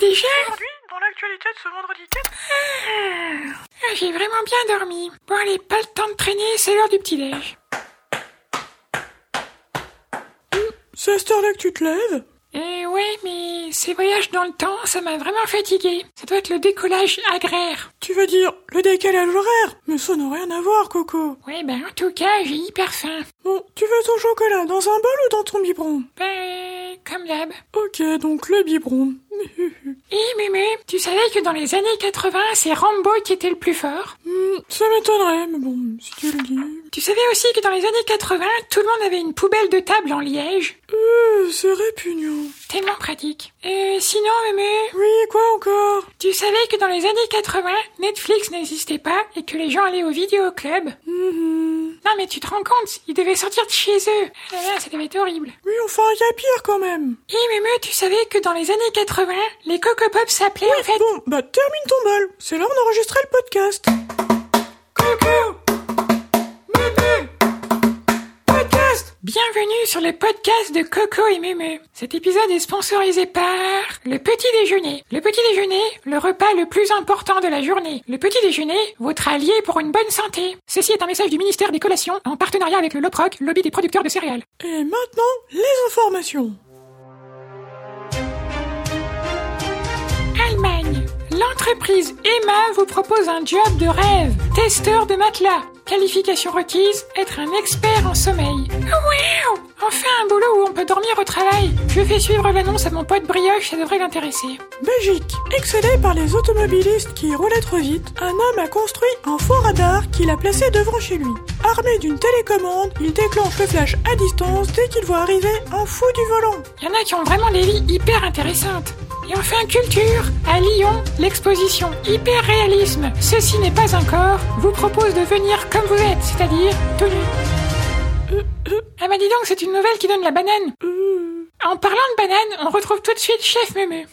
déjà? Aujourd'hui, dans l'actualité de ce vendredi 4... J'ai vraiment bien dormi. Bon allez, pas le temps de traîner, c'est l'heure du petit-déj. C'est à cette heure-là que tu te lèves? Ouais, mais ces voyages dans le temps, ça m'a vraiment fatigué. Ça doit être le décollage agraire. Tu veux dire le décalage horaire? Mais ça n'a rien à voir, Coco. Ouais, ben en tout cas, j'ai hyper faim. Bon, tu veux ton chocolat dans un bol ou dans ton biberon? Ben, comme d'hab. Ok, donc le biberon. Mémé, tu savais que dans les années 80, c'est Rambo qui était le plus fort? Ça m'étonnerait, mais bon, si tu le dis... Tu savais aussi que dans les années 80, tout le monde avait une poubelle de table en liège? C'est répugnant. Tellement pratique. Sinon, Mémé... Oui, quoi encore? Tu savais que dans les années 80, Netflix n'existait pas et que les gens allaient au vidéoclub? Non mais tu te rends compte, ils devaient sortir de chez eux. Ah là là, ça devait être horrible. Oui, enfin, il y a pire quand même. Mémé, tu savais que dans les années 80, les Coco Pop s'appelaient en fait... Bon, bah termine ton bol. C'est l'heure d'enregistrer le podcast. Coco! Mémé! Podcast! Bienvenue sur le podcast de Coco et Mémé. Cet épisode est sponsorisé par le petit déjeuner. Le petit déjeuner, le repas le plus important de la journée. Le petit déjeuner, votre allié pour une bonne santé. Ceci est un message du ministère des Collations en partenariat avec le LOPROC, lobby des producteurs de céréales. Et maintenant, les informations. Allemagne. L'entreprise Emma vous propose un job de rêve. Testeur de matelas. Qualification requise, être un expert en sommeil. Wow! Enfin un boulot où on peut dormir au travail. Je fais suivre l'annonce à mon pote Brioche, ça devrait l'intéresser. Belgique. Excédé par les automobilistes qui roulaient trop vite, un homme a construit un faux radar qu'il a placé devant chez lui. Armé d'une télécommande, il déclenche le flash à distance dès qu'il voit arriver un fou du volant. Il y en a qui ont vraiment des vies hyper intéressantes. Et enfin culture, à Lyon, l'exposition Hyper Réalisme, ceci n'est pas un corps, vous propose de venir comme vous êtes, c'est-à-dire tout nu. Ah bah dis donc, c'est une nouvelle qui donne la banane. En parlant de banane, on retrouve tout de suite Chef Mémé.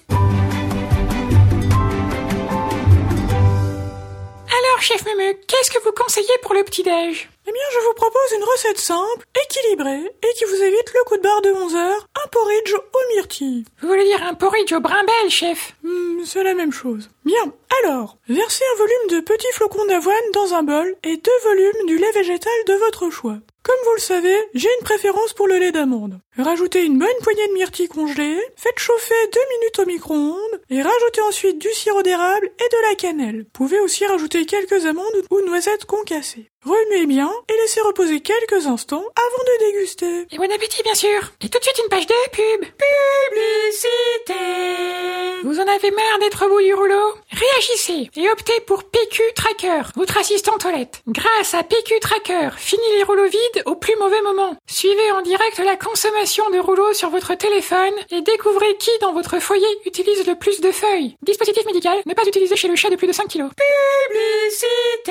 Alors Chef Mémé, qu'est-ce que vous conseillez pour le petit-déj? Eh bien, je vous propose une recette simple, équilibrée, et qui vous évite le coup de barre de 11h, un porridge aux myrtilles. Vous voulez dire un porridge au brimel, chef? C'est la même chose. Bien, alors, versez un volume de petits flocons d'avoine dans un bol et 2 volumes du lait végétal de votre choix. Comme vous le savez, j'ai une préférence pour le lait d'amande. Rajoutez une bonne poignée de myrtilles congelées, faites chauffer 2 minutes au micro-ondes, et rajoutez ensuite du sirop d'érable et de la cannelle. Vous pouvez aussi rajouter quelques amandes ou noisettes concassées. Remuez bien et laissez reposer quelques instants avant de déguster. Et bon appétit, bien sûr. Et tout de suite une page de pub. Publicité. Vous en avez marre d'être au bout du rouleau? Réagissez et optez pour PQ Tracker, votre assistant toilette. Grâce à PQ Tracker, fini les rouleaux vides au plus mauvais moment. Suivez en direct la consommation de rouleaux sur votre téléphone et découvrez qui dans votre foyer utilise le plus de feuilles. Dispositif médical, ne pas utiliser chez le chat de plus de 5 kilos. Publicité.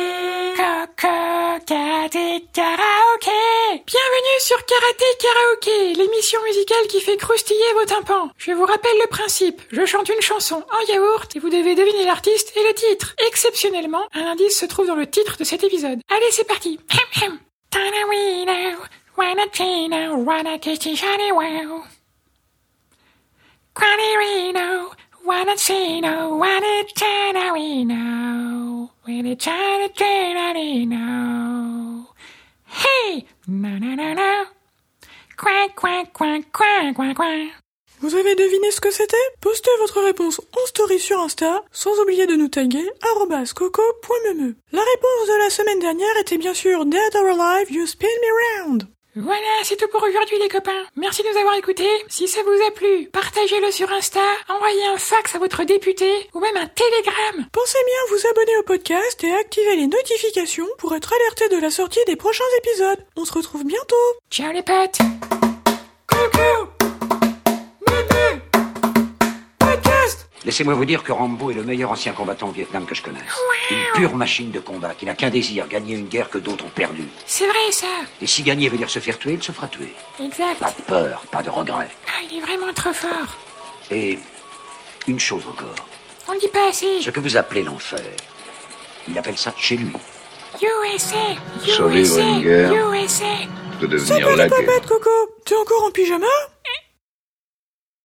Karaoké. Bienvenue sur Karaté Karaoké, l'émission musicale qui fait croustiller vos tympans. Je vous rappelle le principe, je chante une chanson en yaourt et vous devez deviner l'artiste et le titre. Exceptionnellement, un indice se trouve dans le titre de cet épisode. Allez, c'est parti. Hey! Na na na na. Coin, coin, coin, coin, coin, coin. Vous avez deviné ce que c'était? Postez votre réponse en story sur Insta, sans oublier de nous taguer @coco.meme. La réponse de la semaine dernière était bien sûr Dead or Alive, You Spin Me Round. Voilà, c'est tout pour aujourd'hui les copains. Merci de nous avoir écoutés. Si ça vous a plu, partagez-le sur Insta, envoyez un fax à votre député ou même un télégramme. Pensez bien à vous abonner au podcast et à activer les notifications pour être alerté de la sortie des prochains épisodes. On se retrouve bientôt. Ciao les potes. Coco! Mémé! Podcast! Laissez-moi vous dire que Rambo est le meilleur ancien combattant au Vietnam que je connaisse. Une pure machine de combat qui n'a qu'un désir, gagner une guerre que d'autres ont perdue. C'est vrai ça. Et si gagner veut dire se faire tuer, il se fera tuer. Exact. Pas de peur, pas de regret. Ah, il est vraiment trop fort. Et une chose encore. On le dit pas assez. Ce que vous appelez l'enfer, il appelle ça chez lui. USA. Survivre une guerre. USA. De Ça devenir peut la pas guerre. bête, Coco. T'es encore en pyjama?